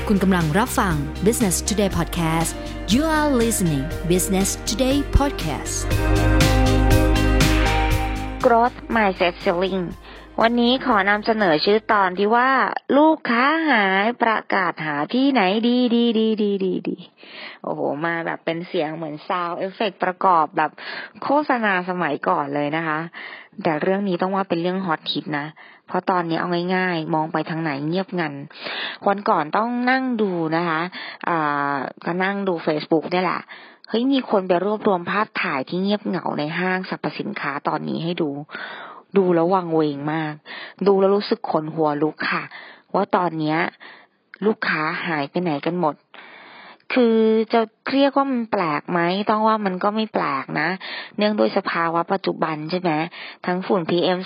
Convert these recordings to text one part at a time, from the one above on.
คุณกำลังรับฟัง Business Today Podcast You are listening Business Today Podcast Growth Mindset Selling วันนี้ขอนำเสนอชื่อตอนที่ว่าลูกค้าหายประกาศหาที่ไหนดีโอ้โหมาแบบเป็นเสียงเหมือนซาวด์เอฟเฟกต์ประกอบแบบโฆษณาสมัยก่อนเลยนะคะแต่เรื่องนี้ต้องว่าเป็นเรื่องฮอตฮิตนะเพราะตอนนี้เอาง่ายๆมองไปทางไหนเงียบงันวันก่อนต้องนั่งดูนะคะก็นั่งดู Facebook นี่แหละเฮ้ยมีคนไปรวบรวมภาพถ่ายที่เงียบเหงาในห้างสรรพสินค้าตอนนี้ให้ดูแล้ววังเวงมากดูแล้วรู้สึกขนหัวลุกค่ะว่าตอนนี้ลูกค้าหายไปไหนกันหมดคือจะเรียกว่ามันแปลกไหมต้องว่ามันก็ไม่แปลกนะเนื่องด้วยสภาวะปัจจุบันใช่ไหมทั้งฝุ่น PM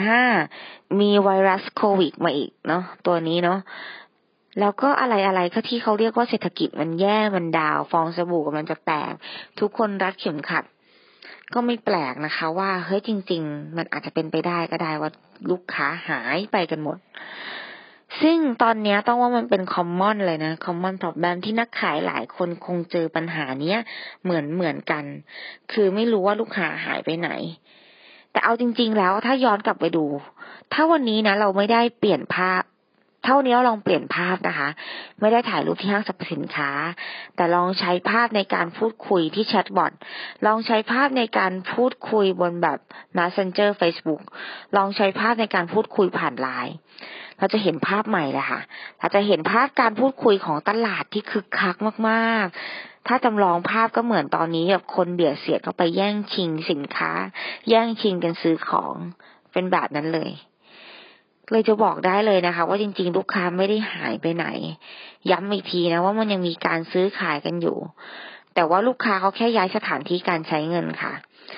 2.5 มีไวรัสโควิดมาอีกเนาะตัวนี้เนาะแล้วก็อะไรก็ที่เขาเรียกว่าเศรษฐกิจมันแย่มันดาวฟองสบู่มันจะแตกทุกคนรัดเข็มขัดก็ไม่แปลกนะคะว่าเฮ้ยจริงๆมันอาจจะเป็นไปได้ก็ได้ว่าลูกค้าหายไปกันหมดซึ่งตอนนี้ต้องว่ามันเป็นคอมมอนเลยนะคอมมอน problem ที่นักขายหลายคนคงเจอปัญหาเนี้ยเหมือนกันคือไม่รู้ว่าลูกค้าหายไปไหนแต่เอาจริงๆแล้วถ้าย้อนกลับไปดูถ้าวันนี้นะเราไม่ได้เปลี่ยนภาพเท่านี้เราลองเปลี่ยนภาพนะคะไม่ได้ถ่ายรูปที่ห้างสรรพสินค้าแต่ลองใช้ภาพในการพูดคุยที่แชทบอทลองใช้ภาพในการพูดคุยบนแบบ Messenger Facebook ลองใช้ภาพในการพูดคุยผ่าน LINE เราจะเห็นภาพใหม่เลยค่ะเราจะเห็นภาพการพูดคุยของตลาดที่คึกคักมากๆถ้าจำลองภาพก็เหมือนตอนนี้แบบคนเบียดเสียดเข้าไปแย่งชิงสินค้าแย่งชิงกันซื้อของเป็นแบบนั้นเลยจะบอกได้เลยนะคะว่าจริงๆลูกค้าไม่ได้หายไปไหนย้ำอีกทีนะว่ามันยังมีการซื้อขายกันอยู่แต่ว่าลูกค้าเขาแค่ย้ายสถานที่การใช้เงินค่ะ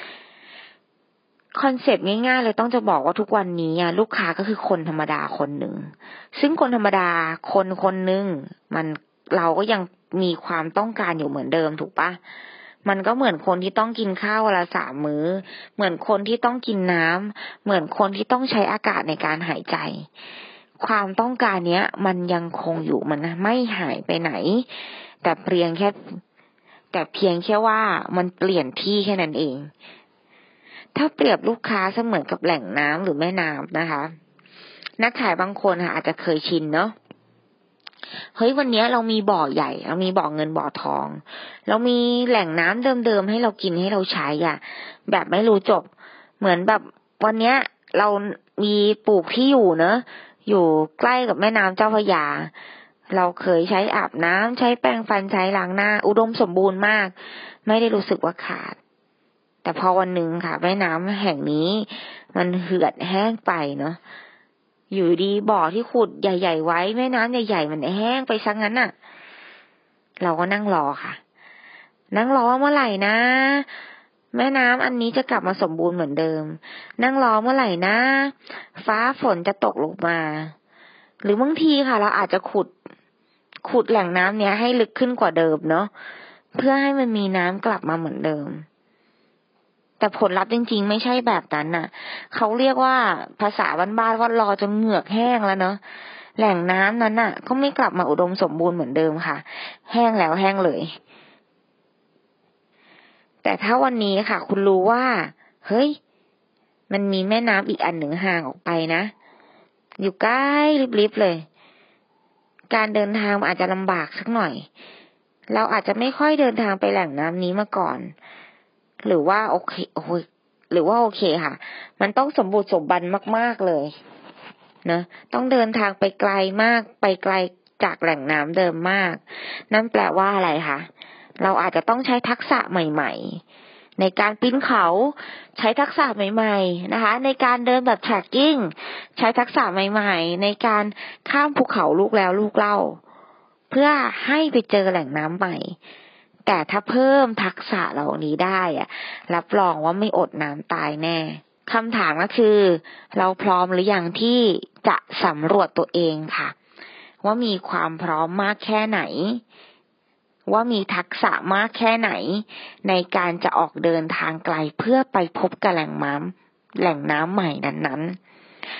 คอนเซ็ปต์ง่ายๆเลยต้องจะบอกว่าทุกวันนี้ลูกค้าก็คือคนธรรมดาคนหนึ่งซึ่งคนธรรมดาคนหนึ่งเราก็ยังมีความต้องการอยู่เหมือนเดิมถูกปะมันก็เหมือนคนที่ต้องกินข้าววันละ3 มื้อเหมือนคนที่ต้องกินน้ำเหมือนคนที่ต้องใช้อากาศในการหายใจความต้องการเนี้ยมันยังคงอยู่มันไม่หายไปไหนแต่เพียงแค่ว่ามันเปลี่ยนที่แค่นั้นเองถ้าเปรียบลูกค้าเสมือนกับแหล่งน้ำหรือแม่น้ำนะคะนักขายบางคนอาจจะเคยชินเนาะเฮ้ยวันนี้เรามีบ่อใหญ่เรามีบ่อเงินบ่อทองเรามีแหล่งน้ำเดิมๆให้เรากินให้เราใช้แบบไม่รู้จบเหมือนแบบวันนี้เรามีปลูกที่อยู่เนอะอยู่ใกล้กับแม่น้ำเจ้าพระยาเราเคยใช้อาบน้ำใช้แปรงฟันใช้ล้างหน้าอุดมสมบูรณ์มากไม่ได้รู้สึกว่าขาดแต่พอวันหนึ่งค่ะแม่น้ำแห่งนี้มันเหือดแห้งไปเนาะอยู่ดีบ่อที่ขุดใหญ่ๆไว้แม่น้ำใหญ่ๆมันแห้งไปซะงั้นเราก็นั่งรอค่ะนั่งรอเมื่อไหร่นะแม่น้ำอันนี้จะกลับมาสมบูรณ์เหมือนเดิมนั่งรอเมื่อไหร่นะฟ้าฝนจะตกลงมาหรือบางทีค่ะเราอาจจะขุดแหล่งน้ำเนี้ยให้ลึกขึ้นกว่าเดิมเนาะเพื่อให้มันมีน้ำกลับมาเหมือนเดิมแต่ผลลัพธ์จริงๆไม่ใช่แบบนั้นเขาเรียกว่าภาษาบ้านๆว่ารอจนเหงือกแห้งแล้วเนาะแหล่งน้ำนั้นก็ไม่กลับมาอุดมสมบูรณ์เหมือนเดิมค่ะแห้งแล้วแห้งเลยแต่ถ้าวันนี้ค่ะคุณรู้ว่าเฮ้ยมันมีแม่น้ำอีกอันหนึ่งห่างออกไปนะอยู่ใกล้ลิบๆเลยการเดินทางอาจจะลำบากสักหน่อยเราอาจจะไม่ค่อยเดินทางไปแหล่งน้ำนี้มาก่อนหรือว่าโอเคค่ะมันต้องสมบูรณ์สมบันมากๆเลยนะต้องเดินทางไปไกลมากไปไกลจากแหล่งน้ำเดิมมากนั่นแปลว่าอะไรคะเราอาจจะต้องใช้ทักษะใหม่ๆในการปีนเขาใช้ทักษะใหม่ๆนะคะในการเดินแบบ trekking ใช้ทักษะใหม่ๆในการข้ามภูเขาลูกแล้วลูกเล่าเพื่อให้ไปเจอแหล่งน้ำใหม่แต่ถ้าเพิ่มทักษะเหล่านี้ได้รับรองว่าไม่อดน้ำตายแน่คำถามก็คือเราพร้อมหรือยังที่จะสำรวจตัวเองค่ะว่ามีความพร้อมมากแค่ไหนว่ามีทักษะมากแค่ไหนในการจะออกเดินทางไกลเพื่อไปพบกับแหล่งน้ำใหม่นั้นๆ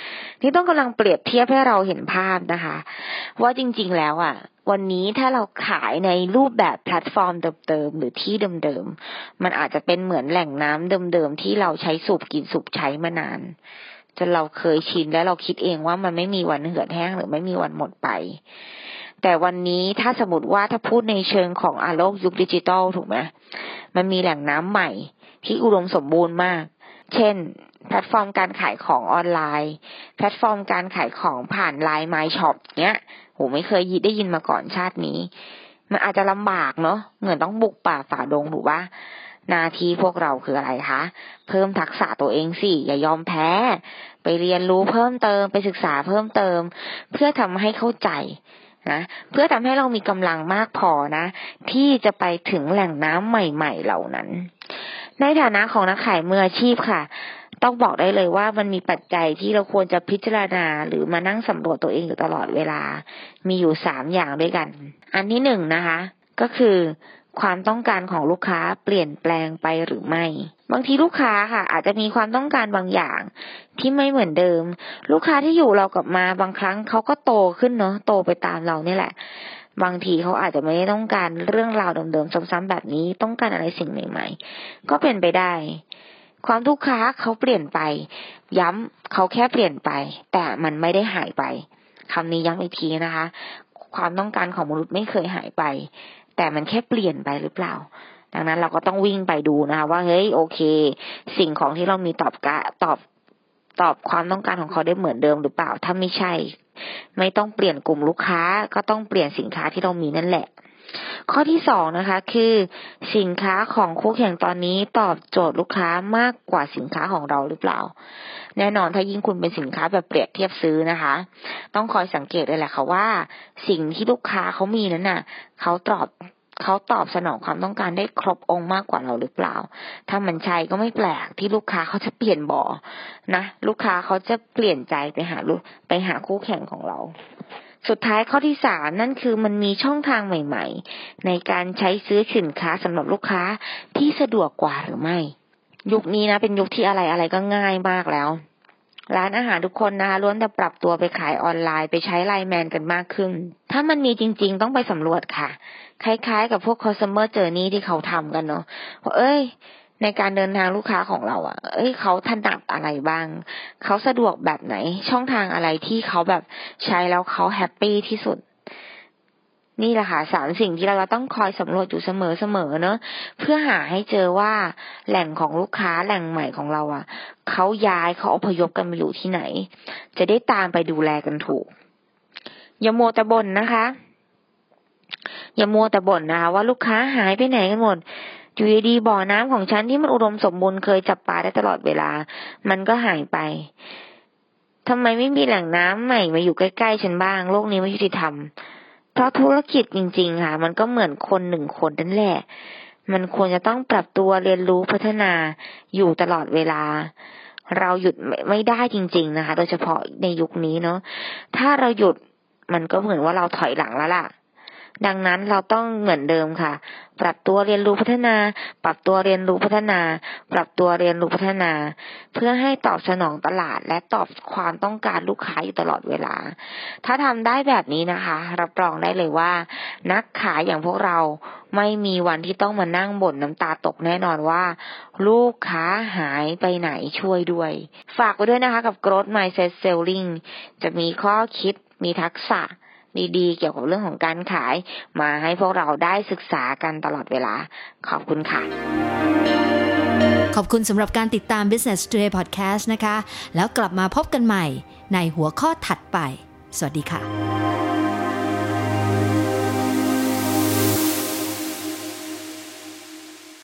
นี่ต้องกำลังเปรียบเทียบให้เราเห็นภาพนะคะว่าจริงๆแล้ววันนี้ถ้าเราขายในรูปแบบแพลตฟอร์มเดิมๆหรือที่เดิมๆมันอาจจะเป็นเหมือนแหล่งน้ำเดิมๆที่เราใช้สูบกินสูบใช้มานานจนเราเคยชินแล้วเราคิดเองว่ามันไม่มีวันเหือดแห้งหรือไม่มีวันหมดไปแต่วันนี้ถ้าสมมติว่าถ้าพูดในเชิงของโลกยุคดิจิตอลถูกไหมมันมีแหล่งน้ำใหม่ที่อุดมสมบูรณ์มากเช่นแพลตฟอร์มการขายของออนไลน์แพลตฟอร์มการขายของผ่าน LINE My Shop เนี้ยไม่เคยได้ยินมาก่อนชาตินี้มันอาจจะลำบากเนาะเหมือนต้องบุกป่าฝ่าดงถูกปะหน้าที่พวกเราคืออะไรคะเพิ่มทักษะตัวเองสิอย่ายอมแพ้ไปเรียนรู้เพิ่มเติมไปศึกษาเพิ่มเติมเพื่อทำให้เข้าใจนะเพื่อทำให้เรามีกำลังมากพอนะที่จะไปถึงแหล่งน้ำใหม่ๆเหล่านั้นในฐานะของนักขายมืออาชีพค่ะต้องบอกได้เลยว่ามันมีปัจจัยที่เราควรจะพิจารณาหรือมานั่งสำรวจตัวเองอยู่ตลอดเวลามีอยู่3อย่างด้วยกันอันที่1นะคะก็คือความต้องการของลูกค้าเปลี่ยนแปลงไปหรือไม่บางทีลูกค้าค่ะอาจจะมีความต้องการบางอย่างที่ไม่เหมือนเดิมลูกค้าที่อยู่เรากลับมาบางครั้งเขาก็โตขึ้นเนาะโตไปตามเรานี่แหละบางทีเขาอาจจะไม่ได้ต้องการเรื่องราวเดิมๆซ้ำๆแบบนี้ต้องการอะไรสิ่งใหม่ๆก็เป็นไปได้ความลูกค้าเขาเปลี่ยนไปย้ำเขาแค่เปลี่ยนไปแต่มันไม่ได้หายไปคำนี้ย้ำอีกทีนะคะความต้องการของมนุษย์ไม่เคยหายไปแต่มันแค่เปลี่ยนไปหรือเปล่าดังนั้นเราก็ต้องวิ่งไปดูนะคะว่าเฮ้ยโอเคสิ่งของที่เรามีตอบความต้องการของเขาได้เหมือนเดิมหรือเปล่าถ้าไม่ใช่ไม่ต้องเปลี่ยนกลุ่มลูกค้าก็ต้องเปลี่ยนสินค้าที่เรามีนั่นแหละข้อที่2นะคะคือสินค้าของคู่แข่งตอนนี้ตอบโจทย์ลูกค้ามากกว่าสินค้าของเราหรือเปล่าแน่นอนถ้ายิ่งคุณเป็นสินค้าแบบเปรียบเทียบซื้อนะคะต้องคอยสังเกตเลยแหละค่ะว่าสิ่งที่ลูกค้าเขามีนั้นน่ะเขาตอบสนองความต้องการได้ครบองค์มากกว่าเราหรือเปล่าถ้ามันใช่ก็ไม่แปลกที่ลูกค้าเขาจะเปลี่ยนบ่อนะลูกค้าเขาจะเปลี่ยนใจไปหาคู่แข่งของเราสุดท้ายข้อที่3นั่นคือมันมีช่องทางใหม่ๆในการใช้ซื้อสินค้าสำหรับลูกค้าที่สะดวกกว่าหรือไม่ยุคนี้นะเป็นยุคที่อะไรก็ง่ายมากแล้วร้านอาหารทุกคนนะคะล้วนแต่ปรับตัวไปขายออนไลน์ไปใช้ไลน์แมนกันมากขึ้นถ้ามันมีจริงๆต้องไปสำรวจค่ะคล้ายๆกับพวก customer journey ที่เขาทำกันเนาะว่าในการเดินทางลูกค้าของเราเขาถนัดอะไรบ้างเขาสะดวกแบบไหนช่องทางอะไรที่เขาแบบใช้แล้วเขาแฮปปี้ที่สุดนี่แหละค่ะ3สิ่งที่เราต้องคอยสำรวจอยู่เสมอเนอะเพื่อหาให้เจอว่าแหล่งของลูกค้าแหล่งใหม่ของเราเขาย้ายเขาอพยพกันมาอยู่ที่ไหนจะได้ตามไปดูแลกันถูกอย่ามัวแต่บ่นนะคะว่าลูกค้าหายไปไหนกันหมดอยู่ดีๆบ่อน้ำของฉันที่มันอุดมสมบูรณ์เคยจับปลาได้ตลอดเวลามันก็หายไปทำไมไม่มีแหล่งน้ำใหม่มาอยู่ใกล้ๆฉันบ้างโลกนี้ไม่ยุติธรรมเพราะธุรกิจจริงๆค่ะมันก็เหมือนคน1คนนั่นแหละมันควรจะต้องปรับตัวเรียนรู้พัฒนาอยู่ตลอดเวลาเราหยุดไม่ได้จริงๆนะคะโดยเฉพาะในยุคนี้เนาะถ้าเราหยุดมันก็เหมือนว่าเราถอยหลังแล้วล่ะดังนั้นเราต้องเหมือนเดิมค่ะปรับตัวเรียนรู้พัฒนาเพื่อให้ตอบสนองตลาดและตอบความต้องการลูกค้าอยู่ตลอดเวลาถ้าทำได้แบบนี้นะคะรับรองได้เลยว่านักขายอย่างพวกเราไม่มีวันที่ต้องมานั่งบ่นน้ำตาตกแน่นอนว่าลูกค้าหายไปไหนช่วยด้วยฝากไว้ด้วยนะคะกับ Growth Mindset Selling จะมีข้อคิดมีทักษะดีๆเกี่ยวกับเรื่องของการขายมาให้พวกเราได้ศึกษากันตลอดเวลาขอบคุณค่ะขอบคุณสำหรับการติดตาม Business Today Podcast นะคะแล้วกลับมาพบกันใหม่ในหัวข้อถัดไปสวัสดีค่ะ